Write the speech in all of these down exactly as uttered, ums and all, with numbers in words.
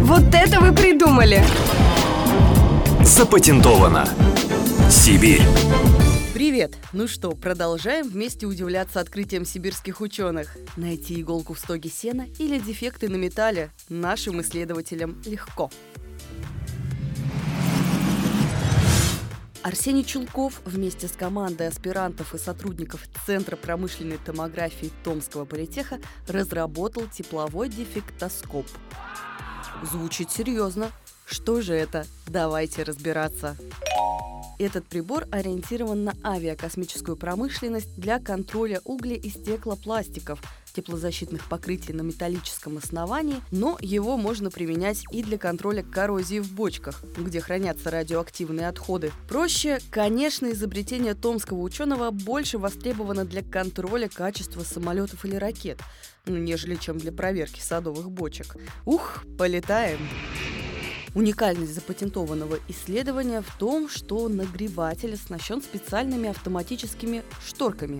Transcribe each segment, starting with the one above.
Вот это вы придумали! Запатентовано. Сибирь. Привет! Ну что, продолжаем вместе удивляться открытиям сибирских ученых. Найти иголку в стоге сена или дефекты на металле нашим исследователям легко. Арсений Чулков вместе с командой аспирантов и сотрудников Центра промышленной томографии Томского политеха разработал тепловой дефектоскоп. Звучит серьезно. Что же это? Давайте разбираться. Этот прибор ориентирован на авиакосмическую промышленность для контроля угле- и стеклопластиков, теплозащитных покрытий на металлическом основании, но его можно применять и для контроля коррозии в бочках, где хранятся радиоактивные отходы. Проще, конечно, изобретение томского ученого больше востребовано для контроля качества самолетов или ракет, нежели чем для проверки садовых бочек. Ух, полетаем! Уникальность запатентованного исследования в том, что нагреватель оснащен специальными автоматическими шторками.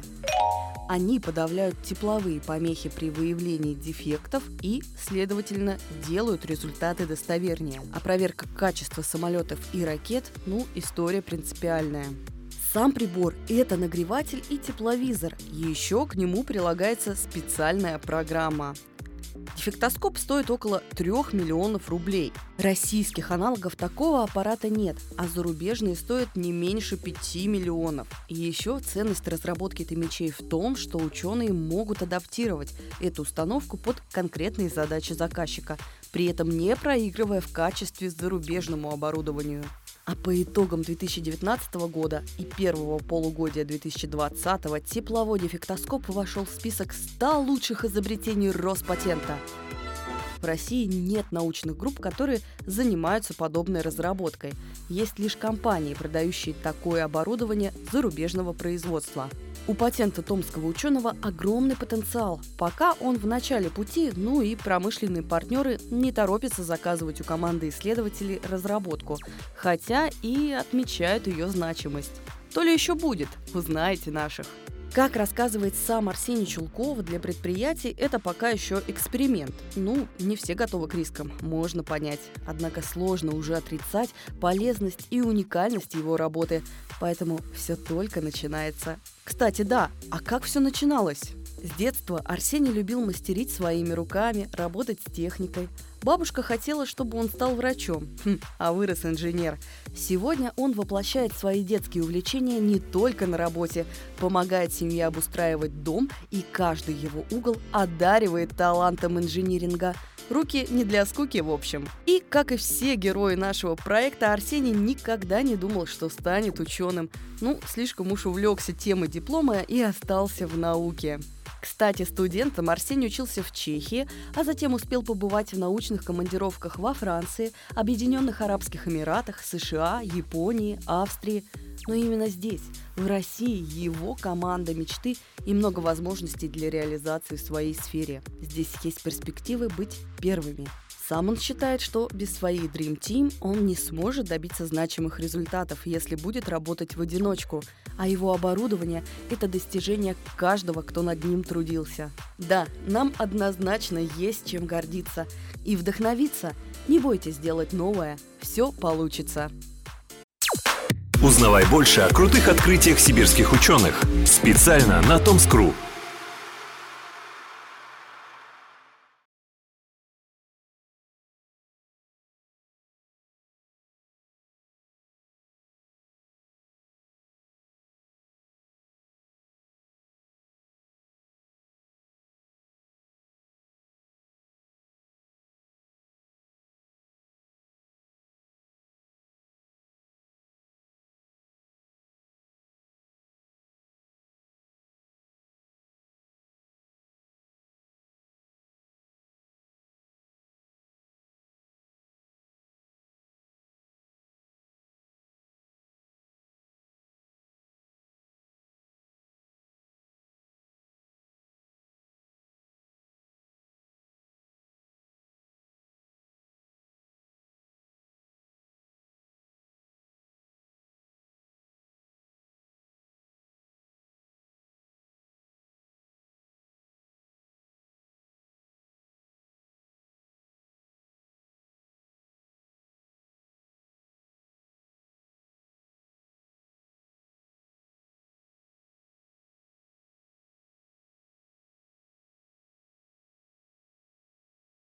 Они подавляют тепловые помехи при выявлении дефектов и, следовательно, делают результаты достовернее. А проверка качества самолетов и ракет, ну, история принципиальная. Сам прибор – это нагреватель и тепловизор. Еще к нему прилагается специальная программа. Дефектоскоп стоит около трех миллионов рублей. Российских аналогов такого аппарата нет, а зарубежные стоят не меньше пяти миллионов. И еще ценность разработки томичей в том, что ученые могут адаптировать эту установку под конкретные задачи заказчика, при этом не проигрывая в качестве зарубежному оборудованию. А по итогам две тысячи девятнадцатого года и первого полугодия две тысячи двадцатого тепловой дефектоскоп вошел в список ста лучших изобретений Роспатента. В России нет научных групп, которые занимаются подобной разработкой. Есть лишь компании, продающие такое оборудование зарубежного производства. У патента томского ученого огромный потенциал. Пока он в начале пути, ну и промышленные партнеры не торопятся заказывать у команды исследователей разработку, хотя и отмечают ее значимость. То ли еще будет, узнаете наших. Как рассказывает сам Арсений Чулков, для предприятий это пока еще эксперимент. Ну, не все готовы к рискам, можно понять. Однако сложно уже отрицать полезность и уникальность его работы, поэтому все только начинается. Кстати, да, а как все начиналось? С детства Арсений любил мастерить своими руками, работать с техникой. Бабушка хотела, чтобы он стал врачом, хм, а вырос инженер. Сегодня он воплощает свои детские увлечения не только на работе, помогает семье обустраивать дом, и каждый его угол одаривает талантом инжиниринга. Руки не для скуки, в общем. И, как и все герои нашего проекта, Арсений никогда не думал, что станет ученым. Ну, слишком уж увлекся темой диплома и остался в науке. Кстати, студентом Арсений учился в Чехии, а затем успел побывать в научных командировках во Франции, Объединенных Арабских Эмиратах, США, Японии, Австрии. Но именно здесь, в России, его команда мечты и много возможностей для реализации в своей сфере. Здесь есть перспективы быть первыми. Сам он считает, что без своей Dream Team он не сможет добиться значимых результатов, если будет работать в одиночку, а его оборудование – это достижение каждого, кто над ним трудился. Да, нам однозначно есть чем гордиться и вдохновиться. Не бойтесь делать новое, все получится. Узнавай больше о крутых открытиях сибирских ученых специально на Томск точка ру.